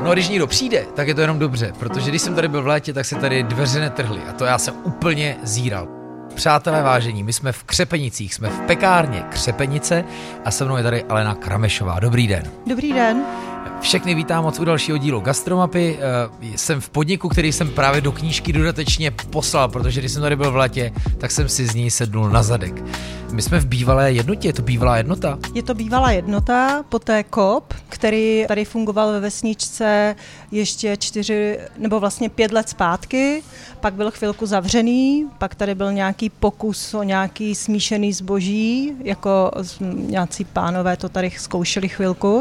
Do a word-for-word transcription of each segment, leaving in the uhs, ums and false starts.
No, když někdo přijde, tak je to jenom dobře, protože když jsem tady byl v létě, tak se tady dveře netrhly a to já jsem úplně zíral. Přátelé vážení, my jsme v Křepenicích, jsme v pekárně Křepenice a se mnou je tady Alena Kramešová. Dobrý den. Dobrý den. Všechny vítám moc u dalšího dílu Gastromapy. Jsem v podniku, který jsem právě do knížky dodatečně poslal, protože když jsem tady byl v létě, tak jsem si z ní sednul na zadek. My jsme v bývalé jednotě, je to bývalá jednota? Je to bývalá jednota, poté Coop, který tady fungoval ve vesničce ještě čtyři, nebo vlastně pět let zpátky, pak byl chvilku zavřený, pak tady byl nějaký pokus o nějaký smíšený zboží, jako nějací pánové to tady zkoušeli chvilku.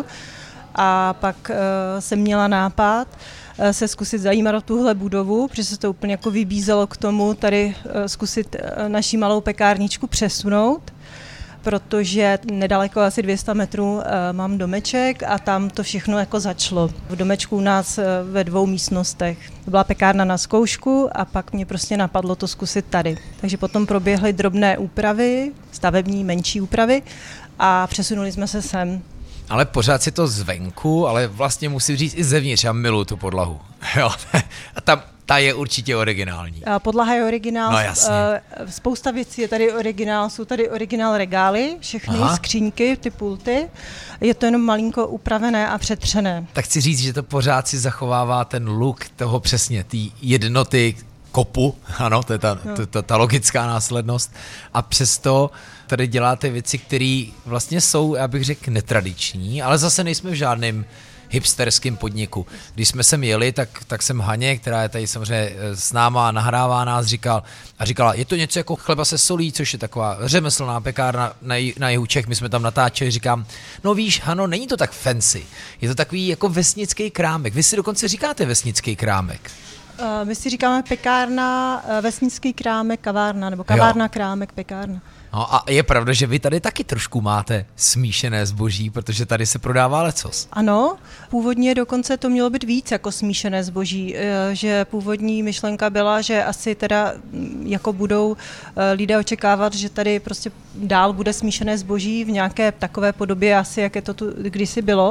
A pak uh, jsem měla nápad uh, se zkusit zajímat o tuhle budovu, protože se to úplně jako vybízelo k tomu tady uh, zkusit uh, naši malou pekárničku přesunout, protože nedaleko asi dvě stě metrů uh, mám domeček a tam to všechno jako začalo. V domečku u nás uh, ve dvou místnostech. To byla pekárna na zkoušku a pak mě prostě napadlo to zkusit tady. Takže potom proběhly drobné úpravy, stavební menší úpravy a přesunuli jsme se sem. Ale pořád si to zvenku, ale vlastně musím říct i zevnitř, já miluji tu podlahu. Jo, a ta, ta je určitě originální. Podlaha je originál, no, jasně. Spousta věcí je tady originál, jsou tady originál regály, všechny Aha. skříňky, ty pulty, je to jenom malinko upravené a přetřené. Tak chci říct, že to pořád si zachovává ten look toho přesně, té jednoty kopu, ano, to je ta, no. ta, ta logická následnost a přesto tady děláte věci, které vlastně jsou, já bych řekl, netradiční, ale zase nejsme v žádném hipsterském podniku. Když jsme sem jeli, tak, tak jsem Haně, která je tady samozřejmě s náma, nahrává nás, říkal, a říkala, je to něco jako chleba se solí, což je taková řemeslná pekárna na, na jihu Čech, my jsme tam natáčeli, říkám, no víš, Hano, není to tak fancy, je to takový jako vesnický krámek, vy si dokonce říkáte vesnický krámek. My si říkáme pekárna, vesnický krámek, kavárna, nebo kavárna, jo. Krámek, pekárna. No a je pravda, že vy tady taky trošku máte smíšené zboží, protože tady se prodává lecos. Ano, původně dokonce to mělo být víc jako smíšené zboží, že původní myšlenka byla, že asi teda jako budou lidé očekávat, že tady prostě dál bude smíšené zboží v nějaké takové podobě asi, jak je to tu kdysi bylo,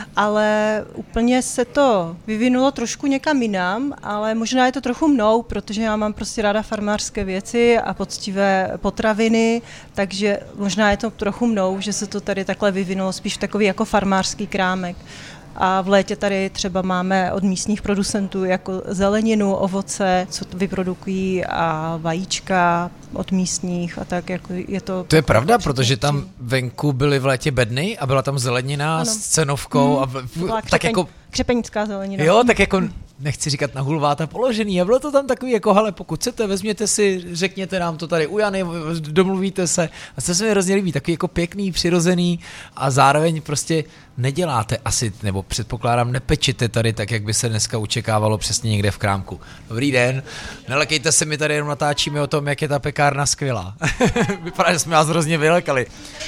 ale úplně se to vyvinulo trošku někam jinam, ale možná je to trochu mnou, protože já mám prostě ráda farmářské věci a poctivé potraviny, takže možná je to trochu mnou, že se to tady takhle vyvinulo spíš v takový jako farmářský krámek. A v létě tady třeba máme od místních producentů jako zeleninu, ovoce, co vyprodukují a vajíčka od místních a tak, jako je to... To je pravda, protože tam venku byly v létě bedny a byla tam zelenina ano. s cenovkou hmm, a v, v, tak křepeň, jako... Křepenická zelenina. Jo, tak jako... Nechci říkat na hulváta položený a bylo to tam takový jako, hele, pokud chcete, vezměte si, řekněte nám to tady u Jany, domluvíte se a to se mi hrozně líbí, takový jako pěkný, přirozený a zároveň prostě neděláte asi, nebo předpokládám, nepečete tady tak, jak by se dneska očekávalo přesně někde v krámku. Dobrý den, nelekejte se, my tady jenom natáčíme o tom, jak je ta pekárna skvělá. Vypadá, že jsme vás hrozně vylekali.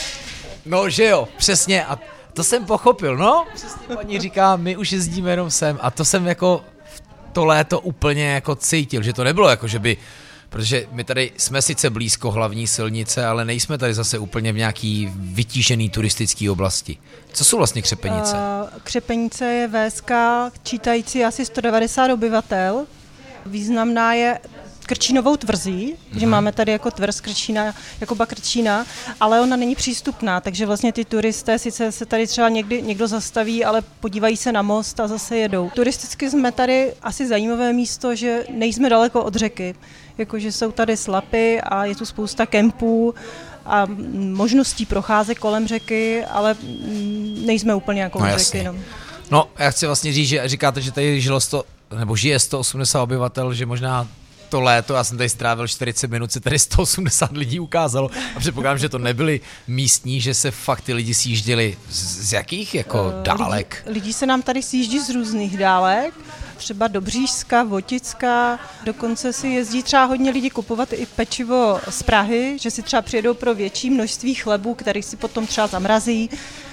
No, že jo, přesně a to jsem pochopil, no, přesně paní říká, my už jezdíme jenom sem a to jsem jako to léto úplně jako cítil, že to nebylo jako, že by, protože my tady jsme sice blízko hlavní silnice, ale nejsme tady zase úplně v nějaký vytížený turistický oblasti. Co jsou vlastně Křepenice? Uh, Křepenice je véska čítající asi sto devadesát obyvatel. Významná je Krčínovou tvrzí, mm. že máme tady jako tvrz Krčína, jako Bakrčína, ale ona není přístupná, takže vlastně ty turisté sice se tady třeba někdy někdo zastaví, ale podívají se na most a zase jedou. Turisticky jsme tady asi zajímavé místo, že nejsme daleko od řeky, jakože jsou tady slapy a je tu spousta kempů a možností procházet kolem řeky, ale nejsme úplně jako no, od řeky. No. no, já chci vlastně říct, že říkáte, že tady žilo sto, nebo žije sto osmdesát obyvatel, že možná to léto, já jsem tady strávil čtyřicet minut, se tady sto osmdesát lidí ukázalo a předpokládám, že to nebyli místní, že se fakt ty lidi sjížděli z, z jakých jako uh, dálek? Lidi, lidi se nám tady sjíždí z různých dálek, třeba Dobříšska, Voticka, dokonce si jezdí třeba hodně lidí kupovat i pečivo z Prahy, že si třeba přijedou pro větší množství chlebů, který si potom třeba zamrazí,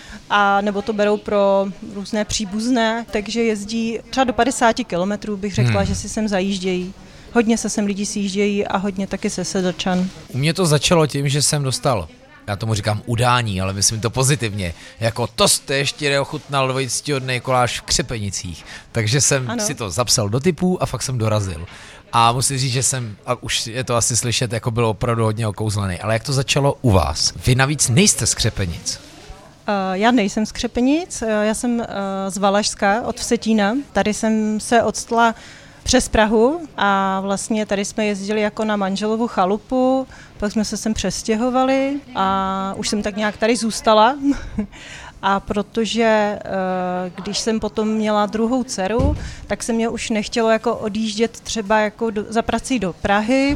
a nebo to berou pro různé příbuzné, takže jezdí třeba do padesát kilometrů, bych řekla, hmm. že si sem zajíždějí. Hodně se sem lidi sjíždějí a hodně taky se Sedlčan. U mě to začalo tím, že jsem dostal já tomu říkám udání, ale myslím to pozitivně, jako to jste ještě neochutnal dvojicetihodný koláč v Křepenicích. Takže jsem ano. si to zapsal do tipů a fakt jsem dorazil. A musím říct, že jsem, a už je to asi slyšet, jako bylo opravdu hodně okouzlený. Ale jak to začalo u vás? Vy navíc nejste z Křepenic. Uh, já nejsem z Křepenic, já jsem uh, z Valašska, od Vsetína. Tady jsem se odstla přes Prahu a vlastně tady jsme jezdili jako na manželovu chalupu, pak jsme se sem přestěhovali a už jsem tak nějak tady zůstala. A protože když jsem potom měla druhou dceru, tak se mě už nechtělo jako odjíždět třeba jako do, za prací do Prahy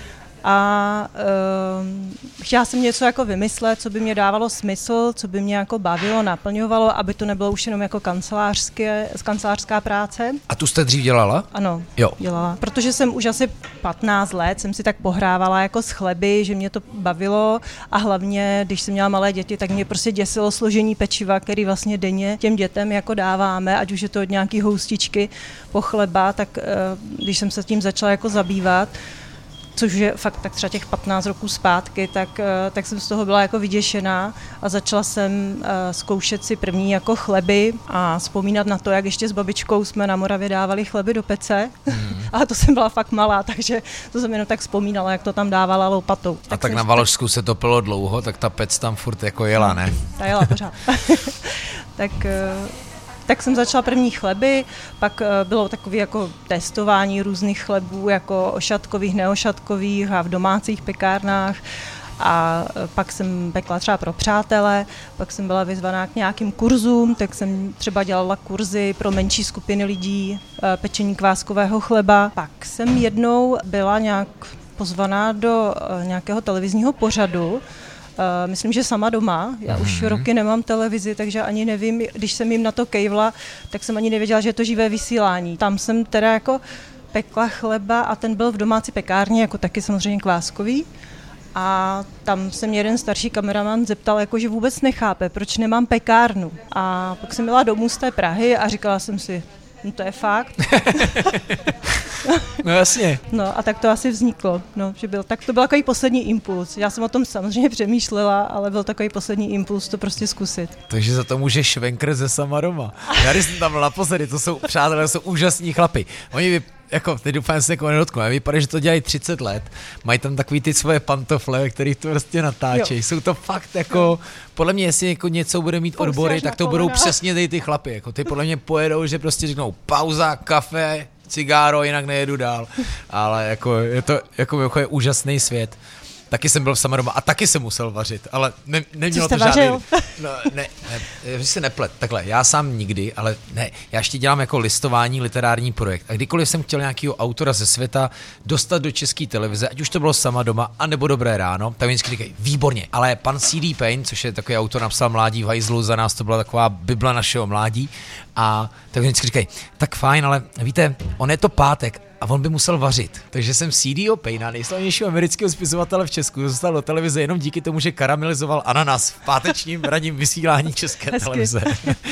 a uh, chtěla jsem něco jako vymyslet, co by mě dávalo smysl, co by mě jako bavilo, naplňovalo, aby to nebylo už jenom jako kancelářské, kancelářská práce. A tu jste dřív dělala? Ano, jo. dělala. Protože jsem už asi patnáct let, jsem si tak pohrávala jako s chleby, že mě to bavilo a hlavně, když jsem měla malé děti, tak mě prostě děsilo složení pečiva, který vlastně denně těm dětem jako dáváme, ať už je to od nějaký houstičky po chleba, tak uh, když jsem se tím začala jako zabývat, což je fakt tak třeba těch patnáct roků zpátky, tak, tak jsem z toho byla jako vyděšená a začala jsem uh, zkoušet si první jako chleby a vzpomínat na to, jak ještě s babičkou jsme na Moravě dávali chleby do pece. Mm. A to jsem byla fakt malá, takže to jsem jenom tak vzpomínala, jak to tam dávala lopatou. A tak tak na Valašsku se to pilo dlouho, tak ta pec tam furt jako jela, ne? Ta jela pořád. tak... Uh, Tak jsem začala první chleby, pak bylo takové jako testování různých chlebů, jako ošatkových, neošatkových a v domácích pekárnách. A pak jsem pekla třeba pro přátele, pak jsem byla vyzvaná k nějakým kurzům, tak jsem třeba dělala kurzy pro menší skupiny lidí, pečení kváskového chleba. Pak jsem jednou byla nějak pozvaná do nějakého televizního pořadu, Uh, myslím, že sama doma. Já mm-hmm. už roky nemám televizi, takže ani nevím, když jsem jim na to kejvla, tak jsem ani nevěděla, že je to živé vysílání. Tam jsem teda jako pekla chleba a ten byl v domácí pekárně, jako taky samozřejmě kváskový. A tam se mě jeden starší kameraman zeptal, jako, že vůbec nechápe, proč nemám pekárnu. A pak jsem byla domů z té Prahy a říkala jsem si, no to je fakt. No jasně. No a tak to asi vzniklo, no, že byl, tak to byl takový poslední impuls. Já jsem o tom samozřejmě přemýšlela, ale byl takový poslední impuls to prostě zkusit. Takže za to může švenkr ze sama doma. Já když jsem tam byl naposledy, to jsou přátelé, to jsou úžasní chlapi. Oni vy, jako, teď doufám, se někoho nedotknu, ale vypadá, že to dělají třicet let, mají tam takový ty svoje pantofle, který to prostě natáčejí. Jsou to fakt jako, jo. Podle mě, jestli jako něco bude mít odbory, tak to budou přesně ty, ty chlapy. Jako, ty podle mě pojedou, že prostě řeknou pauza, kafe, cigáro, jinak nejedu dál. Ale jako je to jako, jako je úžasný svět. Taky jsem byl v sama doma a taky jsem musel vařit, ale ne, nemělo to žádný... No, ne, ne, že se neplet, takhle, já sám nikdy, ale ne, já ještě dělám jako listování, literární projekt a kdykoliv jsem chtěl nějakého autora ze světa dostat do české televize, ať už to bylo Sama doma, anebo Dobré ráno, tak mi vždycky říkají, výborně, ale pan C D Payne, což je takový autor, napsal Mládí v hajzlu, za nás to byla taková bibla našeho mládí a tak mi vždycky říkají, tak fajn, ale víte, on je to pátek, a on by musel vařit. Takže jsem C D O Payna, nejslavnějšího amerického spisovatele v Česku, dostal do televize jenom díky tomu, že karamelizoval ananas v pátečním ranním vysílání České Hezky. televize.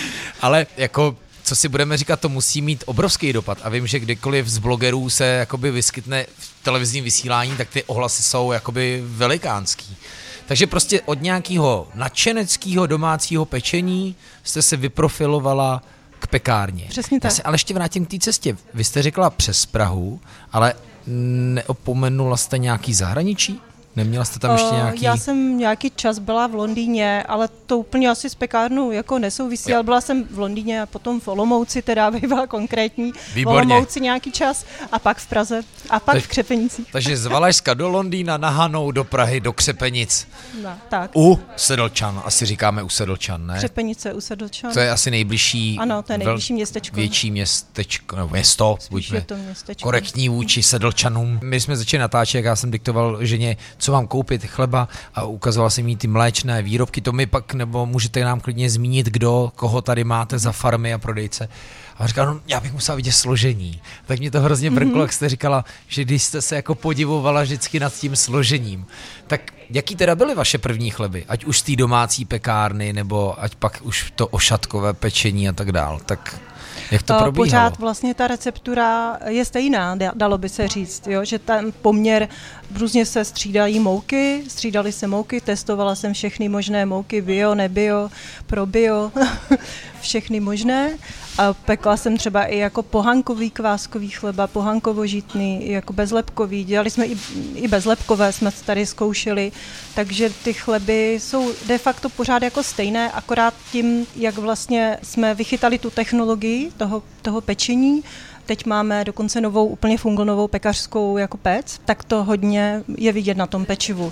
Ale jako, co si budeme říkat, to musí mít obrovský dopad. A vím, že kdykoliv z blogerů se jakoby vyskytne v televizním vysílání, tak ty ohlasy jsou jakoby velikánský. Takže prostě od nějakého nadšeneckého domácího pečení jste se vyprofilovala k pekárně. Přesně tak. Já se ale ještě vrátím k té cestě. Vy jste řekla přes Prahu, ale neopomenula jste nějaký zahraničí? Neměla jste tam ještě nějaký... Já jsem nějaký čas byla v Londýně, ale to úplně asi s pekárnou jako nesouvisí, ale byla jsem v Londýně a potom v Olomouci, teda aby byla konkrétní. Výborně. V Olomouci nějaký čas a pak v Praze a pak Tež, v Křepenicích. Takže z Valašska do Londýna, na Hanou, do Prahy, do Křepenic. No, tak. U Sedlčan, asi říkáme u Sedlčan, ne? Křepenice u Sedlčan. To je asi nejbližší... Ano, to je nejbližší městečko. Větší městečko, nebo město, buďme městečko. Korektní vůči Sedlčanům. My jsme začali natáčet, jak já jsem diktoval ženě, co mám koupit, chleba a ukazoval jsem jí ty mléčné výrobky, to mi pak, nebo můžete nám klidně zmínit, kdo, koho tady máte za farmy a prodejce. A říkala, no já bych musela vidět složení. Tak mě to hrozně brklo, mm-hmm. jak jste říkala, že když jste se jako podivovala vždycky nad tím složením. Tak Jaký teda byly vaše první chleby? Ať už z té domácí pekárny, nebo ať pak už to ošatkové pečení a tak dál. Tak jak to probíhalo? Pořád vlastně ta receptura je stejná, dalo by se říct, jo? Že ten poměr, různě se střídají mouky, střídaly se mouky, testovala jsem všechny možné mouky, bio, nebio, probio, všechny možné. A pekla jsem třeba i jako pohankový kváskový chleba, pohankovo-žitný, jako bezlepkový. Dělali jsme i, i bezlepkové, jsme tady zkoušeli, takže ty chleby jsou de facto pořád jako stejné, akorát tím, jak vlastně jsme vychytali tu technologii toho, toho pečení. Teď máme dokonce novou, úplně fungonovou pekařskou jako pec, tak to hodně je vidět na tom pečivu,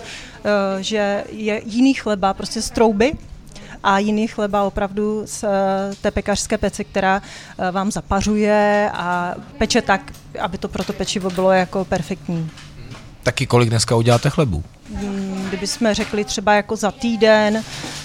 že je jiný chleba, prostě z trouby, a jiný chleba opravdu z té pekařské pece, která vám zapařuje a peče tak, aby to pro to pečivo bylo jako perfektní. Taky kolik dneska uděláte chlebů? Kdybychom řekli třeba jako za týden,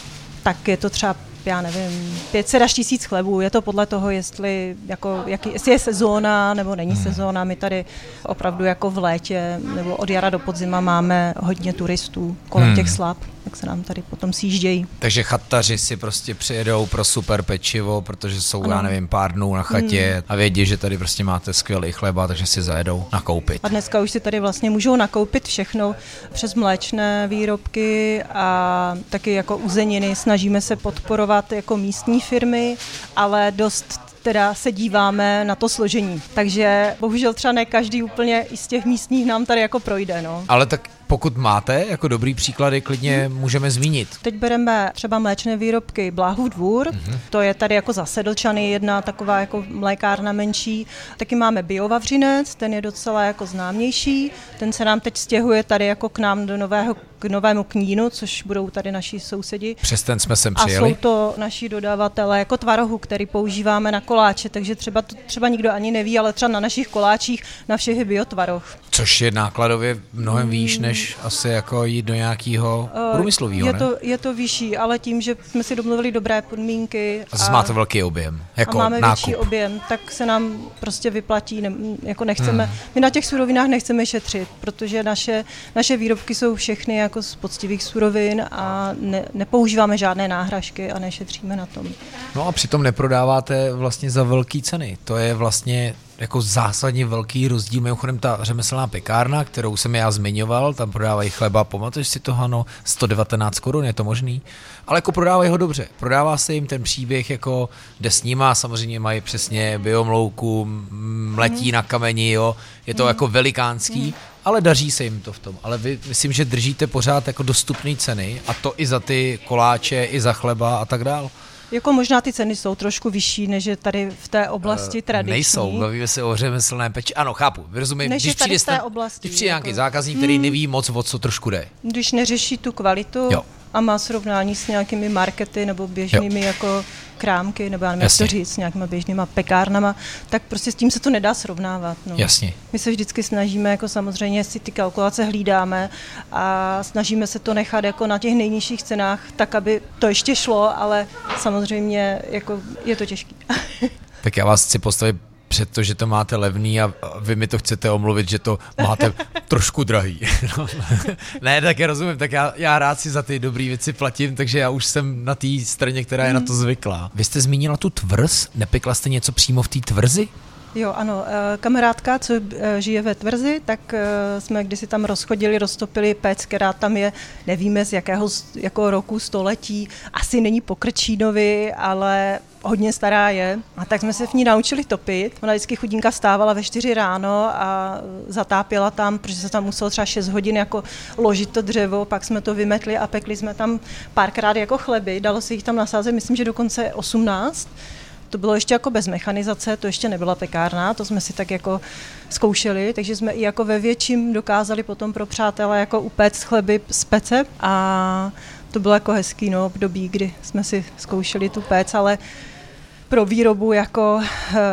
tak je to třeba, já nevím, pět set až tisíc chlebů. Je to podle toho, jestli, jako, jaký, jestli je sezóna nebo není hmm. sezóna. My tady opravdu jako v létě nebo od jara do podzima máme hodně turistů kolem hmm. těch slab, tak se nám tady potom sjíždějí. Takže chattaři si prostě přijedou pro super pečivo, protože jsou, ano. já nevím, pár dnů na chatě hmm. a vědí, že tady prostě máte skvělý chleba, takže si zajedou nakoupit. A dneska už si tady vlastně můžou nakoupit všechno přes mléčné výrobky a taky jako uzeniny. Snažíme se podporovat jako místní firmy, ale dost teda se díváme na to složení. Takže bohužel třeba ne každý úplně i z těch místních nám tady jako projde. No. Ale tak pokud máte jako dobrý příklady, klidně můžeme zmínit. Teď bereme třeba mléčné výrobky Bláhův dvůr, mm-hmm. to je tady jako za Sedlčany jedna taková jako mlékárna menší. Taky máme Biovavřinec, ten je docela jako známější, ten se nám teď stěhuje tady jako k nám do nového, k novému Knínu, což budou tady naši sousedi. Přes ten jsme sem přijeli. A jsou to naši dodavatelé jako tvarohu, který používáme na koláče, takže třeba to třeba nikdo ani neví, ale třeba na našich koláčích na všech je biotvaroh. Což je nákladově mnohem výš, než asi jako jít do nějakého uh, průmyslového, je ne? to, je to vyšší, ale tím, že jsme si domluvili dobré podmínky. A zase máte velký objem, jako a máme nákup. větší objem, tak se nám prostě vyplatí, ne, jako nechceme, hmm. my na těch surovinách nechceme šetřit, protože naše, naše výrobky jsou všechny jako z poctivých surovin a ne, nepoužíváme žádné náhražky a nešetříme na tom. No a přitom neprodáváte vlastně za velký ceny, to je vlastně jako zásadně velký rozdíl. Mimochodem ta řemeslná pekárna, kterou jsem já zmiňoval, tam prodávají chleba, pamatuješ si to, Hano, sto devatenáct korun, je to možný? Ale jako prodávají ho dobře. Prodává se jim ten příběh, jako jde s nima, samozřejmě mají přesně biomlouku, mletí mm. na kameni, jo. Je to mm. jako velikánský, mm. ale daří se jim to v tom. Ale vy myslím, že držíte pořád jako dostupné ceny a to i za ty koláče, i za chleba a tak dál. Jako možná ty ceny jsou trošku vyšší, než je tady v té oblasti uh, tradiční. Nejsou, bavíme se o řemeslné peči. Ano, chápu, rozumím. Než když přijde, v té oblasti, když přijde nějaký jako zákazník, který hmm. neví moc, o co trošku jde. Když neřeší tu kvalitu jo. a má srovnání s nějakými markety nebo běžnými jo. jako krámky, nebo já nevím, jak to říct, s nějakýma běžnýma pekárnama, tak prostě s tím se to nedá srovnávat. No. Jasně. My se vždycky snažíme, jako samozřejmě si ty kalkulace hlídáme a snažíme se to nechat jako na těch nejnižších cenách, tak, aby to ještě šlo, ale samozřejmě jako je to těžké. Tak já vás chci postavit před to, že to máte levný a vy mi to chcete omluvit, že to máte trošku drahý. No. Ne, tak já rozumím, tak já, já rád si za ty dobré věci platím, takže já už jsem na té straně, která je na to zvyklá. Vy jste zmínila tu tvrz, nepekla jste něco přímo v té tvrzi? Jo, ano, kamarádka, co žije ve Tvrzi, tak jsme kdysi tam rozchodili, roztopili pec, která tam je, nevíme z jakého jako roku, století, asi není po Krčínovi, ale hodně stará je. A tak jsme se v ní naučili topit. Ona vždycky chudinka stávala ve čtyři ráno a zatápěla tam, protože se tam muselo třeba šest hodin jako ložit to dřevo, pak jsme to vymetli a pekli jsme tam párkrát jako chleby, dalo se jich tam nasázet, myslím, že dokonce osmnáct. To bylo ještě jako bez mechanizace, to ještě nebyla pekárna, to jsme si tak jako zkoušeli, takže jsme i jako ve větším dokázali potom pro přátelé jako upéct chleby z pece a to bylo jako hezký no, období, kdy jsme si zkoušeli tu péc, ale pro výrobu jako,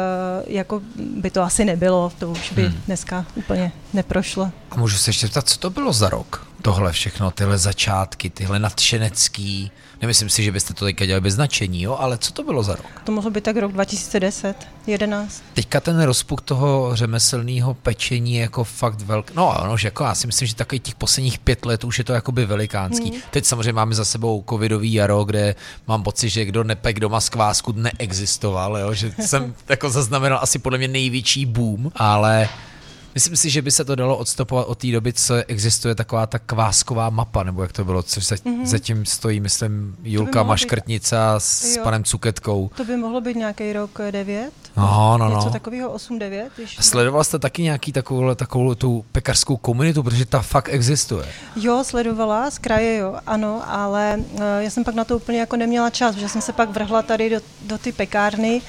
jako by to asi nebylo, to už by hmm. dneska úplně neprošlo. A můžu se ještě ptat, co to bylo za rok? tohle všechno, tyhle začátky, tyhle nadšenecký, nemyslím si, že byste to teďka dělali bez značení, jo, ale co to bylo za rok? To mohlo být tak rok dva tisíce deset, jedenáct. Teďka ten rozpuk toho řemeslného pečení je jako fakt velký. No ano, že jako já si myslím, že takových těch posledních pět let už je to jakoby velikánský. Hmm. Teď samozřejmě máme za sebou covidový jaro, kde mám pocit, že kdo nepek doma z kvásku neexistoval, jo, že jsem jako zaznamenal asi podle mě největší boom, ale myslím si, že by se to dalo odstopovat od té doby, co existuje taková ta kvásková mapa, nebo jak to bylo, což za, mm-hmm. zatím stojí, myslím, Julka Maškrtnica být... s jo. panem Cuketkou. To by mohlo být nějaký rok devět? No, no, no. Něco takového osm devět? Když... Sledoval jste taky nějaký takovou, takovou tu pekařskou komunitu, protože ta fakt existuje? Jo, sledovala, z kraje jo, ano, ale uh, já jsem pak na to úplně jako neměla čas, protože jsem se pak vrhla tady do, do ty pekárny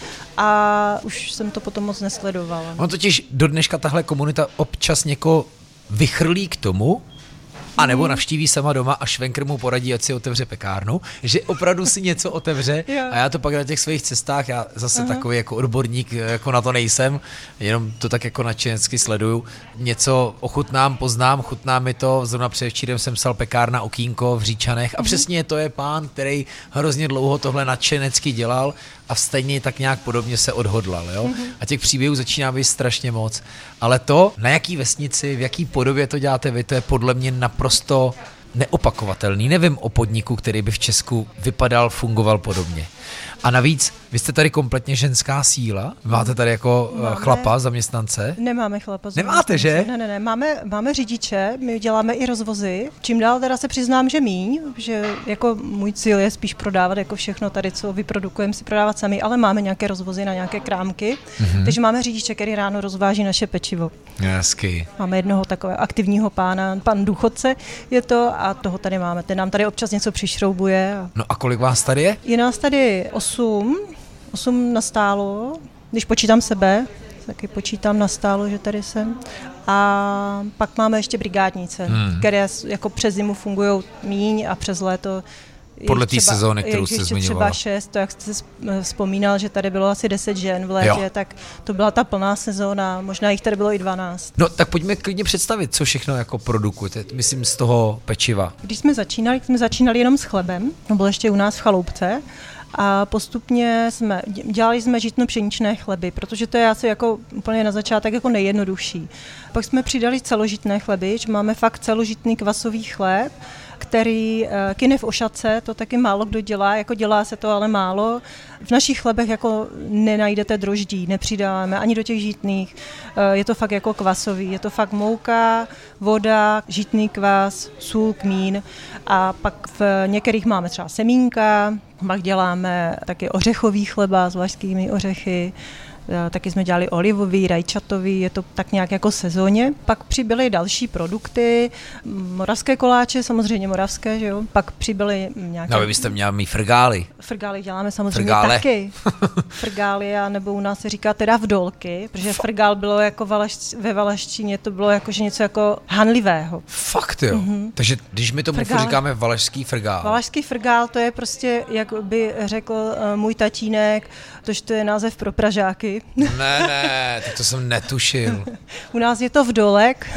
a už jsem to potom moc nesledovala. No totiž do dneška tahle komunita občas někoho vychrlí k tomu, a nebo navštíví sama doma a švenkr mu poradí, ať si otevře pekárnu, že opravdu si něco otevře a já to pak na těch svých cestách, já zase Aha. takový jako odborník jako na to nejsem, jenom to tak jako nadšenecky sleduju, něco ochutnám, poznám, chutná mi to, zrovna předevčírem jsem psal pekárna Okýnko v Říčanech a přesně to je pán, který hrozně dlouho tohle nadšenecky dělal a stejně tak nějak podobně se odhodlal, jo? Mm-hmm. A těch příběhů začíná být strašně moc. Ale to, na jaký vesnici, v jaký podobě to děláte vy, to je podle mě naprosto neopakovatelný. Nevím o podniku, který by v Česku vypadal, fungoval podobně. A navíc, vy jste tady kompletně ženská síla? Máte tady jako máme, chlapa, zaměstnance? Nemáme chlapa. Nemáte, že? Ne, ne, ne. Máme, máme řidiče, my děláme i rozvozy. Čím dál teda se přiznám, že míň, že jako můj cíl je spíš prodávat jako všechno tady, co vyprodukujeme, si prodávat sami, ale máme nějaké rozvozy na nějaké krámky. Mm-hmm. Takže máme řidiče, který ráno rozváží naše pečivo. Hezky. Máme jednoho takového aktivního pána, pan důchodce je to a toho tady máme. Ten nám tady občas něco přišroubuje. A... No a kolik vás tady je? Je nás tady osm, osm nastálo, když počítám sebe, taky počítám nastálo, že tady jsem. A pak máme ještě brigádnice, hmm. které jako přes zimu fungují míň a přes léto. Podle té sezóny, kterou jste zmiňovala. Třeba šest, to jak jste vzpomínal, že tady bylo asi deset žen v létě, jo. Tak to byla ta plná sezóna, možná jich tady bylo i dvanáct. No tak pojďme klidně představit, co všechno jako produkujete, myslím z toho pečiva. Když jsme začínali, jsme začínali jenom s chlebem, to bylo ještě u nás v Chaloupce, a postupně jsme, dělali jsme žitno-pšeničné chleby, protože to je asi jako úplně na začátek jako nejjednodušší. Pak jsme přidali celožitné chleby, že máme fakt celožitný kvasový chléb, který kynev ošace, to taky málo kdo dělá, jako dělá se to, ale málo. V našich chlebech jako nenajdete droždí, nepřidáváme ani do těch žitných, je to fakt jako kvasový, je to fakt mouka, voda, žitný kvas, sůl, kmín a pak v některých máme třeba semínka, pak děláme taky ořechový chleba s vlašskými ořechy, taky jsme dělali olivový, rajčatový, je to tak nějak jako sezóně. Pak přibyly další produkty, moravské koláče, samozřejmě moravské, že jo. Pak přibyly nějaké... No vy byste měla mít frgály. Frgály děláme samozřejmě Frgále. taky. Frgály, a nebo u nás se říká teda vdolky, protože frgál bylo jako valaš, ve valaščině, to bylo jako, že něco jako hanlivého. Fakt jo. Mm-hmm. Takže když my tomu říkáme valašský frgál. Valašský frgál, to je prostě, jak by řekl uh, můj tatínek, tož to je název pro Pražáky. Ne, ne, tak to jsem netušil. U nás je to vdolek,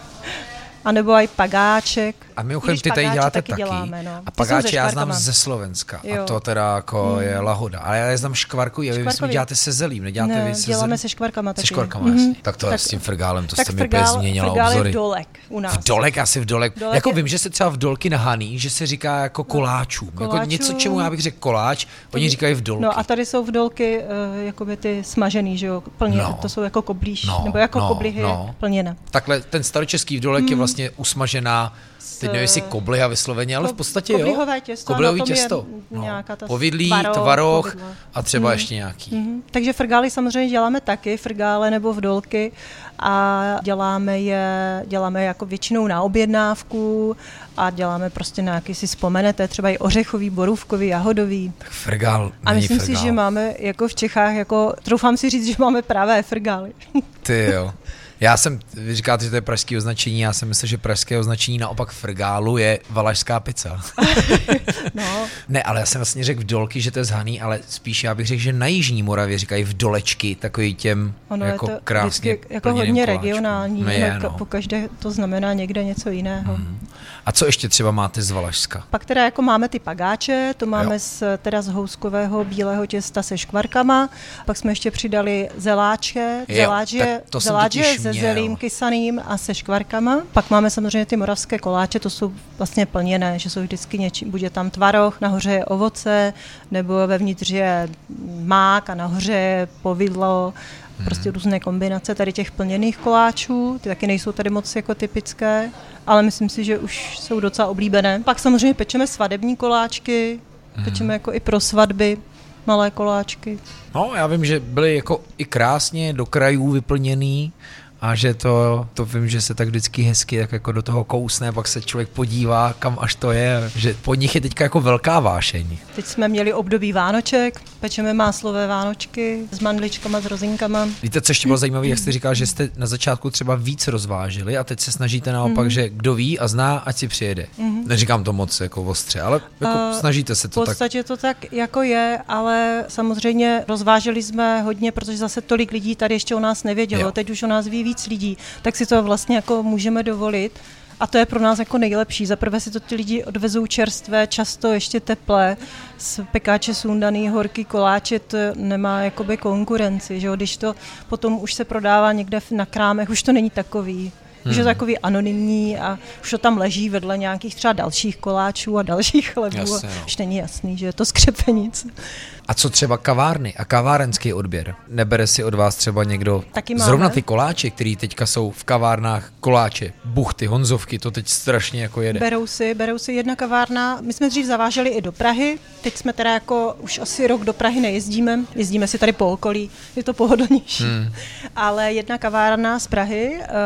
anebo aj pagáček. A mimochodem ty tady děláte taky. Děláme, no. A pagáče já znám ze Slovenska. Jo. A to teda jako hmm. je lahoda. Ale já je znám škvarku, a vy myslím, děláte se zelím, neděláte ne, vy se děláme zelím? se škvarkama taky. Se škvarkama, mm-hmm. jasně. Tak to tak, s tím frgálem, to jste mi úplně změnila obzory. Frgál je vdolek u nás. Vdolek, asi vdolek. vdolek jako je... vím, že se třeba vdolky nahaný, že se říká jako koláčů. Koláčů. Jako něco, čemu já bych řekl koláč, oni říkají vdolky. No a tady jsou vdolky, uh, jakoby ty smažený, že jo, plně, no. To jsou jako koblíž, no, nebo jako no, koblihy no. plněné. Takhle ten staročeský vdolek mm. je vlastně usmažená. Teď nevím, jestli kobliha vysloveně, ale v podstatě jo. Koblihové těsto. Koblihové těsto. No. Povidlí, tvaroh a třeba mm. ještě nějaký. Mm. Takže frgály samozřejmě děláme taky, frgále nebo vdolky a děláme je, děláme jako většinou na objednávku a děláme prostě na jaký si vzpomenete, třeba i ořechový, borůvkový, jahodový. Tak frgál a myslím frgál. si, že máme jako v Čechách, jako troufám si říct, že máme právě frgály. Ty jo. Já jsem, vy říkáte, že to je pražské označení, já jsem myslel, že pražské označení naopak v Frgálu je valašská pizza. No. Ne, ale já jsem vlastně řekl vdolky, že to je zhaný, ale spíš já bych řekl, že na jižní Moravě říkají vdolečky, takový těm ono jako je to krásně jako hodně koláčku. Regionální, no je, no. Po každé to znamená někde něco jiného. Hmm. A co ještě třeba máte z Valašska? Pak teda jako máme ty pagáče, to máme z, teda z houskového bílého těsta se škvarkama, pak jsme ještě přidali zeláče, zeláče, zeláče se zelím kysaným a se škvarkama. Pak máme samozřejmě ty moravské koláče, to jsou vlastně plněné, že jsou vždycky něčím, buď je tam tvaroh, nahoře je ovoce, nebo vevnitř je mák a nahoře je povidlo, prostě různé kombinace tady těch plněných koláčů, ty taky nejsou tady moc jako typické, ale myslím si, že už jsou docela oblíbené. Pak samozřejmě pečeme svadební koláčky, pečeme jako i pro svatby, malé koláčky. No, já vím, že byly jako i krásně do krajů vyplněný a že to, to vím, že se tak vždycky hezky tak jako do toho kousne, pak se člověk podívá, kam až to je, že pod nich je teďka jako velká vášeň. Teď jsme měli období Vánoček, pečeme máslové vánočky s mandličkama, s rozinkama. Víte, co ještě bylo zajímavé, jak jste říkal, že jste na začátku třeba víc rozvážili a teď se snažíte naopak, mm-hmm. že kdo ví a zná, ať si přijede. Mm-hmm. Neříkám to moc jako ostře, ale jako uh, snažíte se to tak. V podstatě tak... to tak jako je, ale samozřejmě rozváželi jsme hodně, protože zase tolik lidí tady ještě o nás nevědělo, jo. Teď už o nás ví víc lidí, tak si to vlastně jako můžeme dovolit. A to je pro nás jako nejlepší. Za prvé si to ti lidi odvezou čerstvé, často ještě teplé, z pekáče sundaný, horký koláče, to nemá jakoby konkurenci, že jo? Když to potom už se prodává někde na krámech, už to není takový. Hmm. Už je to takový anonymní a už to tam leží vedle nějakých třeba dalších koláčů a dalších chlebů. Jasně, no. Už není jasný, že je to skřepenic. A co třeba kavárny a kavárenský odběr? Nebere si od vás třeba někdo zrovna ty koláče, které teďka jsou v kavárnách, koláče, buchty, honzovky, to teď strašně jako jede. Berou si, berou si jedna kavárna. My jsme dřív zaváželi i do Prahy, teď jsme teda jako už asi rok do Prahy nejezdíme, jezdíme si tady po okolí, je to pohodlnější. Hmm. Ale jedna kavárna z Prahy, uh,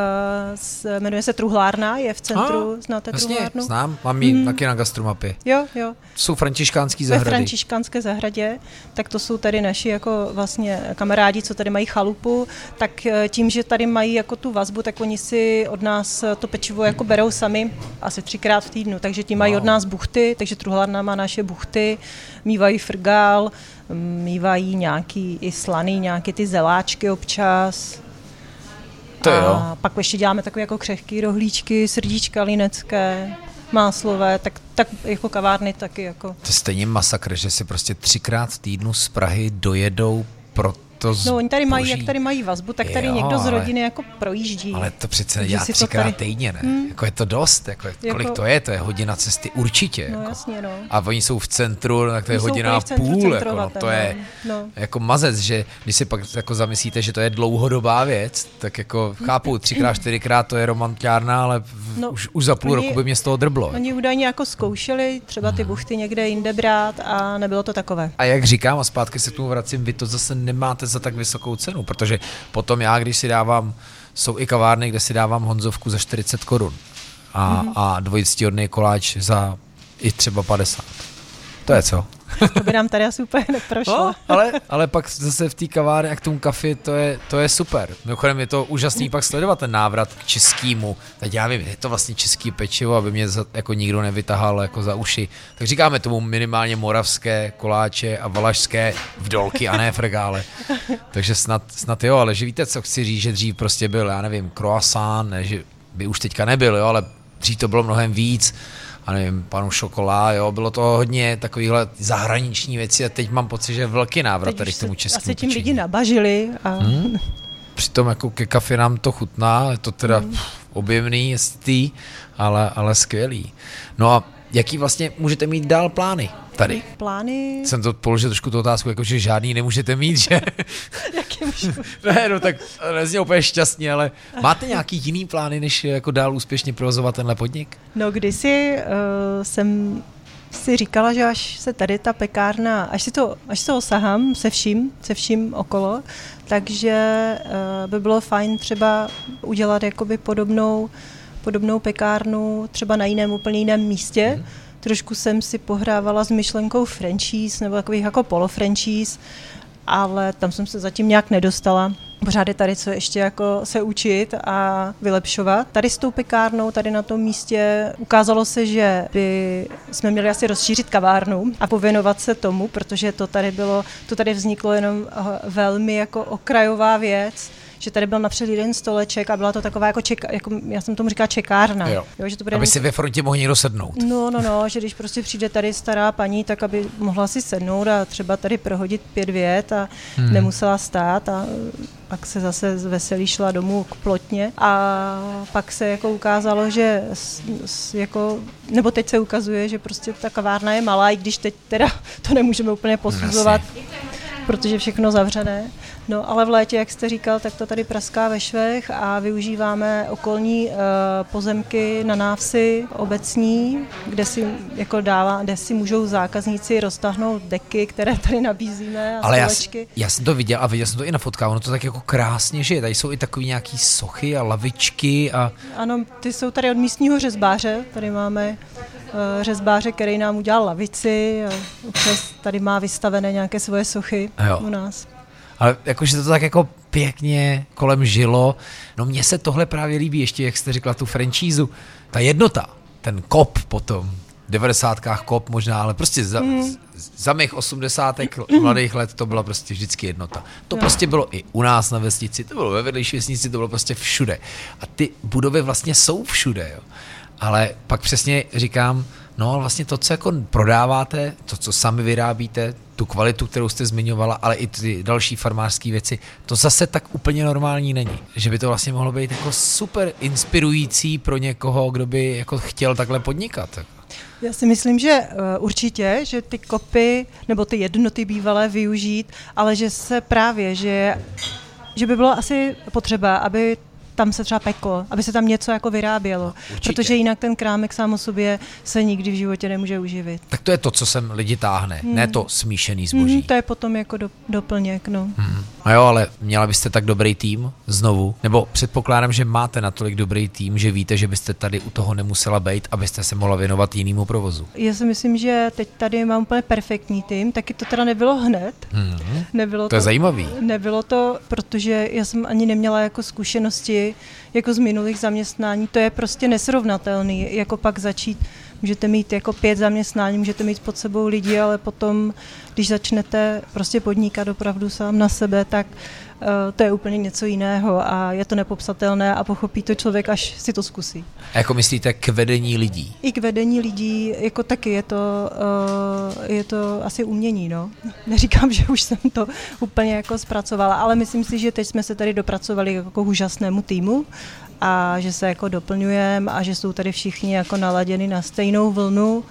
s, jmenuje se Truhlárna, je v centru, ah, znáte jasně, Truhlárnu? Znám, mám ji hmm. taky na gastromapě. Jo, jo. Jsou františkánský zahrady. Ve františkánské zahradě. Tak to jsou tady naši jako vlastně kamarádi, co tady mají chalupu, tak tím, že tady mají jako tu vazbu, tak oni si od nás to pečivo jako berou sami asi třikrát v týdnu, takže ti mají wow. od nás buchty, takže Truhlárna má naše buchty, mívají frgál, mívají nějaký i slaný, nějaký ty zeláčky občas. To jo. A pak ještě děláme takové jako křehký rohlíčky, srdíčka linecké, máslové, tak, tak jako kavárny taky jako. To je stejně masakr, že si prostě třikrát v týdnu z Prahy dojedou pro to zboží. No oni tady mají, jak tady mají vazbu, tak tady jo, někdo z rodiny ale, jako projíždí. Ale to přece nedělá třikrát tady... týdně, ne? Hmm. Jako je to dost, jako, jako kolik to je, to je hodina cesty určitě. No jako. jasně, no. A oni jsou v centru, tak to je hodina a půl, jako, no, to je no. jako mazec, že když si pak jako zamyslíte, že to je dlouhodobá věc, tak jako chápu, třikrát, čtyřikrát to je romantiárna, ale no, už, už za půl oni, roku by mě z toho drblo. Oni údajně jako zkoušeli třeba ty buchty někde jinde brát a nebylo to takové. A jak říkám, a zpátky se k tomu vracím, vy to zase nemáte za tak vysokou cenu, protože potom já, když si dávám, jsou i kavárny, kde si dávám honzovku za čtyřicet korun a, mm-hmm. a dvojictihodný koláč za i třeba padesát. To je co? To by nám tady asi úplně neprošlo. No, ale, ale pak zase v té kavárně a k tomu kafi, to je, to je super. Mimochodem je to úžasný pak sledovat ten návrat k českému. Teď já vím, je to vlastně český pečivo, aby mě za, jako nikdo nevytahal jako za uši. Tak říkáme tomu minimálně moravské koláče a valašské vdolky a ne frgále. Takže snad, snad jo, ale že víte, co chci říct, že dřív prostě byl, já nevím, croissant, ne, že by už teďka nebyl, jo, ale dřív to bylo mnohem víc. A nevím, panu šokolá, jo, bylo to hodně takovýhle zahraniční věci a teď mám pocit, že je velký návrat tady k tomu českému asi tím lidi nabažili. A... Hmm. Přitom jako ke kafi nám to chutná, je to teda hmm. objemný, jestli, ale, ale skvělý. No a jaký vlastně můžete mít dál plány tady? Plány? Jsem to položil trošku tu otázku, jako že žádný nemůžete mít, že? Jaký můžu? Ne, no tak nezní úplně šťastně, ale máte nějaký jiný plány, než jako dál úspěšně provozovat tenhle podnik? No kdysi uh, jsem si říkala, že až se tady ta pekárna, až si to, až si to osahám se vším, se vším okolo, takže uh, by bylo fajn třeba udělat jakoby podobnou podobnou pekárnu třeba na jiném úplně jiném místě. Mm. Trošku jsem si pohrávala s myšlenkou franchise nebo takových jako polofranchise, ale tam jsem se zatím nějak nedostala, pořád je tady co ještě jako se učit a vylepšovat. Tady s tou pekárnou, tady na tom místě ukázalo se, že by jsme měli asi rozšířit kavárnu a pověnovat se tomu, protože to tady bylo, to tady vzniklo jenom velmi jako okrajová věc, že tady byl napřed jeden stoleček a byla to taková jako, čeka, jako já jsem tomu říkala čekárna. Jo. Jo, že to bude aby jen... si ve frontě mohl někdo sednout. No, no, no, že když prostě přijde tady stará paní, tak aby mohla si sednout a třeba tady prohodit pět vět a hmm. nemusela stát a pak se zase z veselí šla domů k plotně a pak se jako ukázalo, že s, s jako, nebo teď se ukazuje, že prostě ta kavárna je malá, i když teď teda to nemůžeme úplně posuzovat, Asi. protože všechno zavřené. No, ale v létě, jak jste říkal, tak to tady praská ve švech a využíváme okolní uh, pozemky na návsi obecní, kde si, jako dává, kde si můžou zákazníci roztáhnout deky, které tady nabízíme a ale stolečky. Já, já jsem to viděl a viděl jsem to i na fotkách, ono to tak jako krásně žije. Tady jsou i takový nějaký sochy a lavičky. A... Ano, ty jsou tady od místního řezbáře, tady máme uh, řezbáře, který nám udělal lavici a občas tady má vystavené nějaké svoje sochy jo. u nás. Ale jakože to tak jako pěkně kolem žilo. No mně se tohle právě líbí, ještě jak jste řekla tu franšízu. Ta jednota, ten kop potom, v devadesátkách kop možná, ale prostě za, mm. za mých osmdesátek mladých let to byla prostě vždycky jednota. To no. prostě bylo i u nás na vesnici, to bylo ve vedlejší vesnici, to bylo prostě všude. A ty budovy vlastně jsou všude, jo. Ale pak přesně říkám, no vlastně to, co jako prodáváte, to, co sami vyrábíte, tu kvalitu, kterou jste zmiňovala, ale i ty další farmářské věci, to zase tak úplně normální není. Že by to vlastně mohlo být jako super inspirující pro někoho, kdo by jako chtěl takhle podnikat. Já si myslím, že uh, určitě, že ty kopy nebo ty jednoty bývalé využít, ale že se právě, že, že by bylo asi potřeba, aby tam se třeba peklo, aby se tam něco jako vyrábělo, určitě. Protože jinak ten krámek sám o sobě se nikdy v životě nemůže uživit. Tak to je to, co sem lidi táhne, hmm. ne to smíšený zboží. Hmm, to je potom jako do, doplněk, no. Hmm. No jo, ale měla byste tak dobrý tým znovu? Nebo předpokládám, že máte natolik dobrý tým, že víte, že byste tady u toho nemusela být, abyste se mohla věnovat jinému provozu? Já si myslím, že teď tady mám úplně perfektní tým, taky to teda nebylo hned. Hmm. Nebylo to, to je zajímavý. Nebylo to, protože já jsem ani neměla jako zkušenosti jako z minulých zaměstnání, to je prostě nesrovnatelný, jako pak začít, můžete mít jako pět zaměstnání, můžete mít pod sebou lidi, ale potom, když začnete prostě podnikat opravdu sám na sebe, tak uh, to je úplně něco jiného a je to nepopsatelné a pochopí to člověk, až si to zkusí. A jako myslíte k vedení lidí? I k vedení lidí, jako taky je to, uh, je to asi umění, no. Neříkám, že už jsem to úplně jako zpracovala, ale myslím si, že teď jsme se tady dopracovali jako k úžasnému týmu a že se jako doplňujeme a že jsou tady všichni jako naladěni na stejnou vlnu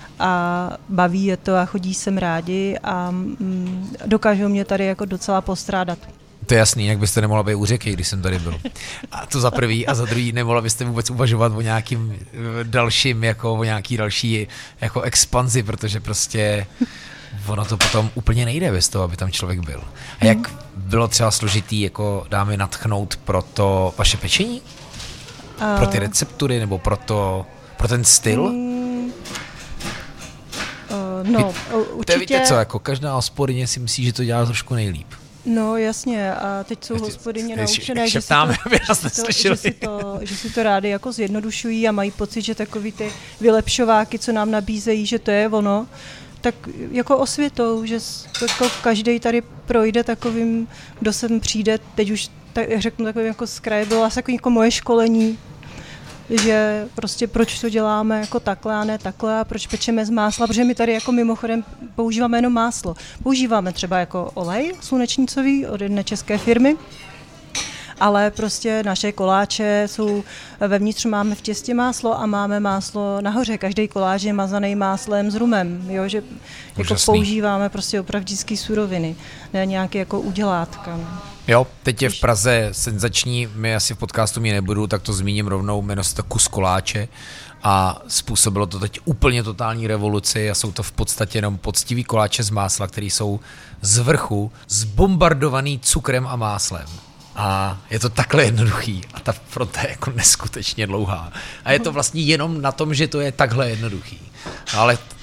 a baví je to a chodí sem rádi a mm, dokážou mě tady jako docela postrádat. To je jasný, jak byste nemohla být u řeky, když jsem tady byl. A to za prvý a za druhý nemohla byste vůbec uvažovat o nějakým dalším, jako o nějaký další jako expanzi, protože prostě ono to potom úplně nejde bez toho, aby tam člověk byl. A jak bylo třeba složitý jako dámy natchnout pro to vaše pečení? Uh, pro ty receptury nebo pro, to, pro ten styl? Um, uh, no, určitě. Víte co, jako každá hospodyně si myslí, že to dělá trošku nejlíp. No jasně, a teď jsou hospodyně naučené, že si, to, že, si to, že, si to, že si to rádi jako zjednodušují a mají pocit, že takový ty vylepšováky, co nám nabízejí, že to je ono, tak jako osvětou, že jako každý tady projde takovým, kdo sem přijde, teď už tak, řeknu takovým jako z kraje, bylo asi jako moje školení, že prostě proč to děláme jako takhle a ne takhle a proč pečeme z másla, protože my tady jako mimochodem používáme jenom máslo. Používáme třeba jako olej slunečnicový od jedné české firmy, ale prostě naše koláče jsou, vevnitř máme v těstě máslo a máme máslo nahoře. Každý koláč je mazaný máslem s rumem, jo, že jako používáme prostě opravdický suroviny, ne nějaké jako udělátka. Jo, teď je v Praze senzační, my asi v podcastu mě nebudu, tak to zmíním rovnou, jmenuje se to Kus koláče a způsobilo to teď úplně totální revoluci a jsou to v podstatě jenom poctivý koláče z másla, které jsou z vrchu zbombardovaný cukrem a máslem. A je to takhle jednoduchý a ta fronta je jako neskutečně dlouhá. A je to vlastně jenom na tom, že to je takhle jednoduchý. No ale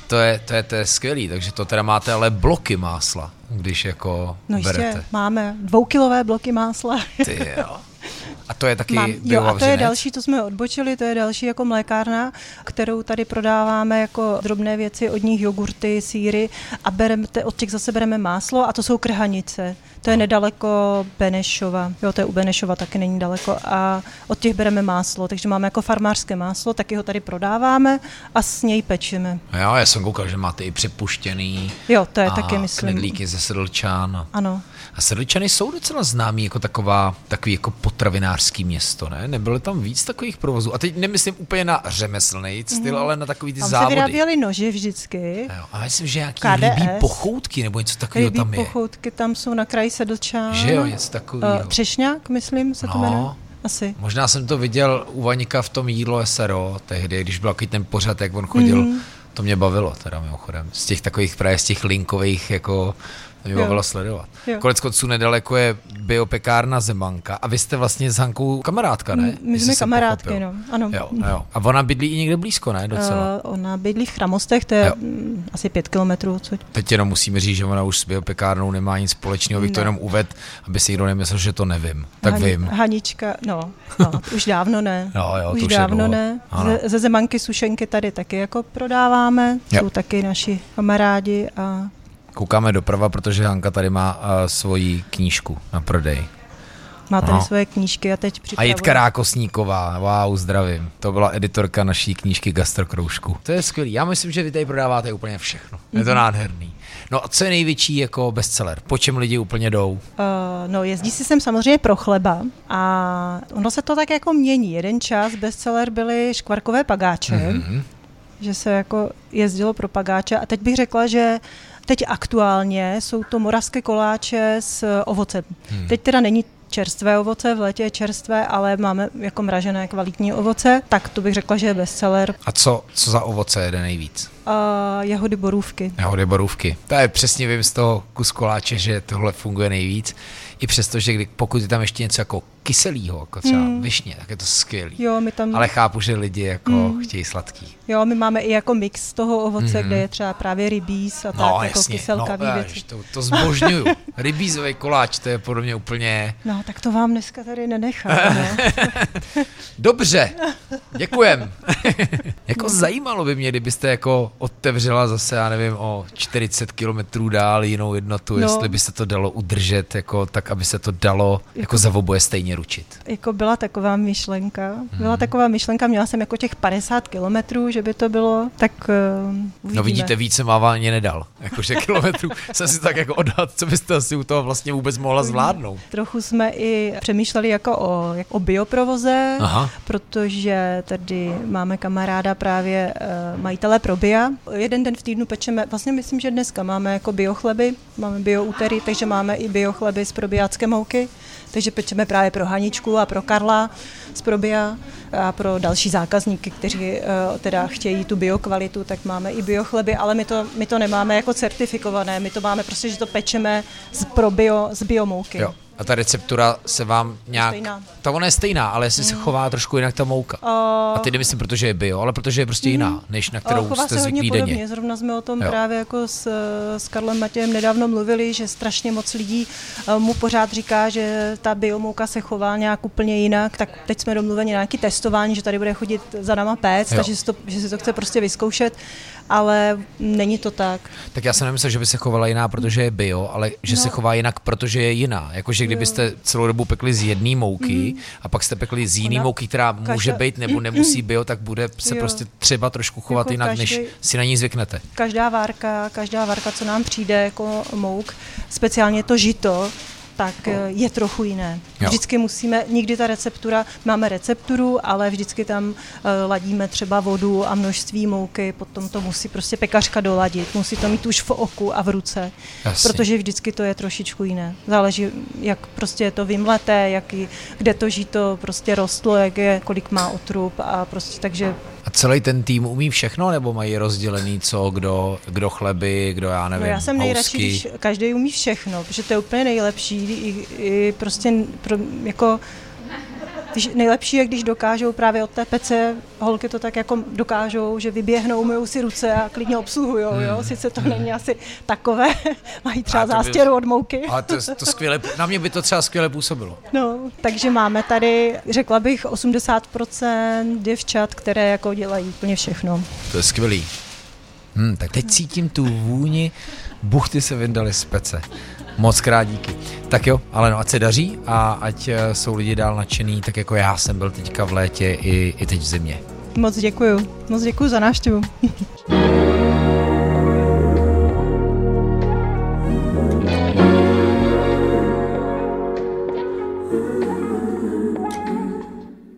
to je, to je, to je skvělý, takže to teda máte ale bloky másla, když jako no berete. Jistě, máme dvoukilové bloky másla. Ty jo. A to je taky Mám, jo, a to je vavřinec? další, to jsme odbočili, to je další jako mlékárna, kterou tady prodáváme jako drobné věci, od nich jogurty, sýry a bereme, od těch zase bereme máslo a to jsou Krhanice. To je nedaleko Benešova, jo, to je u Benešova, taky není daleko a od těch bereme máslo, takže máme jako farmářské máslo, taky ho tady prodáváme a s něj pečeme. Jo, já jsem koukal, že máte i připuštěný. Jo, to je a taky, myslím. knedlíky ze Sedlčan. Ano. A Sedlčany jsou docela známí jako taková, takový jako potravinářský město, ne? Nebylo tam víc takových provozů? A teď nemyslím úplně na řemeslný styl, mm. ale na takový ty tam závody. Tam se vyráběly nože vždycky. Jo, a myslím, že nějaký K D S. rybí pochoutky nebo něco takového tam je. Rybí pochoutky tam jsou na kraji Sedlčan. Že jo, něco takového. Uh, Třešňák, myslím, se to no. jmenuje. Asi. Možná jsem to viděl u Vaňka v tom Jídlo es er o tehdy, když byl takový ten pořad, jak on chodil. Mm. To mě bavilo teda mimochodem. Z těch takových právě z těch linkových jako to mě jo. bavilo sledovat. Konec konců nedaleko je biopekárna Zemanka a vy jste vlastně s Hankou kamarádka, ne? My jsme kamarádky, no. Ano. Jo, jo. A ona bydlí i někde blízko, ne? Docela. Uh, ona bydlí v Chramostech, to je jo. asi pět kilometrů odsud. Teď jenom musíme říct, že ona už s biopekárnou nemá nic společného, bych no. to jenom uvedl, aby si někdo nemyslel, že to nevím. Tak Hani, vím. Hanička, no, no, už dávno ne. No, jo, už to už dávno ne. Ze, ze Zemanky sušenky tady taky jako prodáváme, jo. Jsou taky naši kamarádi a koukáme doprava, protože Hanka tady má uh, svoji knížku na prodej. Má tady no. svoje knížky a teď připravuje. A Jitka Rákosníková, wow, zdravím. To byla editorka naší knížky Gastrokroužku. To je skvělý. Já myslím, že vy tady prodáváte úplně všechno. Je to mm-hmm. nádherný. No a co je největší jako bestseller? Po čem lidi úplně jdou? Uh, no jezdí si sem samozřejmě pro chleba a ono se to tak jako mění. Jeden čas bestseller byly škvarkové pagáče, mm-hmm. že se jako jezdilo pro pagáče a teď bych řekla, že teď aktuálně jsou to moravské koláče s ovocem. Hmm. Teď teda není čerstvé ovoce, v létě je čerstvé, ale máme jako mražené kvalitní ovoce, tak to bych řekla, že je bestseller. A co, co za ovoce jede nejvíc? Uh, jahody borůvky. Jahody borůvky. To je přesně, vím z toho kus koláče, že tohle funguje nejvíc. I přesto, že kdy, pokud je tam ještě něco jako kyselýho, jako třeba mm. višně, tak je to skvělý. Jo, my tam... Ale chápu, že lidi jako mm. chtějí sladký. Jo, my máme i jako mix toho ovoce, mm. kde je třeba právě rybíz a tak, no, jako jasně. kyselkavý no, věci. To, to zbožňuju. Rybízový koláč, to je podle mě úplně... No, tak to vám dneska tady nenechám. No. Dobře, děkujem. Jako no. Zajímalo by mě, kdybyste jako otevřela zase, já nevím, o čtyřicet kilometrů dál jinou jednotu, no. Jestli by se to dalo udržet, jako tak, aby se to dalo jako, jako za oboje stejně ručit. Jako byla taková myšlenka. Byla hmm. taková myšlenka, měla jsem jako těch padesát kilometrů, že by to bylo, tak uh, uvidíme. No vidíte, víc jsem ani nedal. Jakože kilometrů jsem si tak jako odhad, co byste asi u toho vlastně vůbec mohla zvládnout. Trochu jsme i přemýšleli jako o, jako o bioprovoze, Aha. protože tady máme kamaráda právě uh, majitele Probia. Jeden den v týdnu pečeme, vlastně myslím, že dneska máme jako biochleby, máme bioúterý, takže máme i biochleby z probiácké mouky, takže pečeme právě pro Haničku a pro Karla z Probia a pro další zákazníky, kteří uh, teda chtějí tu biokvalitu, tak máme i biochleby, ale my to, my to nemáme jako certifikované, my to máme prostě, že to pečeme z, probio, z biomouky. Jo. A ta receptura se vám nějak... Stejná. Ta ona je stejná, ale jestli mm. se chová trošku jinak ta mouka. Uh, a ty nemyslím, protože je bio, ale protože je prostě jiná, mm. než na kterou chová jste se zvyklí hodně denně. Podobně. Zrovna jsme o tom jo. právě jako s, s Karlem Matějem nedávno mluvili, že strašně moc lidí uh, mu pořád říká, že ta biomouka se chová nějak úplně jinak, tak teď jsme domluveni nějaký testování, že tady bude chodit za náma péct, takže si to, že si to chce prostě vyzkoušet, ale není to tak. Tak já jsem nemyslel, že by se chovala jiná, protože je bio, ale že no. se chová jinak, protože je jiná. Jakože kdybyste celou dobu pekli z jedné mouky mm. a pak jste pekli z jiné mouky, která každá... může být nebo nemusí bio, tak bude se jo. prostě třeba trošku chovat jako jinak, každý... než si na ní zvyknete. Každá várka, každá várka, co nám přijde jako mouk, speciálně to žito, tak je trochu jiné. Vždycky jo. musíme, nikdy ta receptura, máme recepturu, ale vždycky tam uh, ladíme třeba vodu a množství mouky, potom to musí prostě pekařka doladit, musí to mít už v oku a v ruce, Jasně. protože vždycky to je trošičku jiné. Záleží, jak prostě je to vymleté, jaký, kde to žito prostě rostlo, jak je, kolik má otrub a prostě takže... A celý ten tým umí všechno, nebo mají rozdělený co, kdo, kdo chleby, kdo já nevím, no já jsem housky. Nejradši, když každý umí všechno, protože to je úplně nejlepší, i, i prostě pro, jako Když, nejlepší je, když dokážou právě od té pece, holky to tak jako dokážou, že vyběhnou, myjou si ruce a klidně obsluhujou, hmm. jo, sice to není asi takové, mají třeba zástěru od mouky. Ale to, to skvěle, na mě by to třeba skvěle působilo. No, takže máme tady, řekla bych, osmdesát procent děvčat, které jako dělají úplně všechno. To je skvělý. Hmm, tak teď cítím tu vůni, buchty se vyndaly z pece. Moc krát díky. Tak jo, ale no, ať se daří a ať jsou lidi dál nadšený, tak jako já jsem byl teďka v létě i, i teď v zimě. Moc děkuju. Moc děkuju za návštěvu.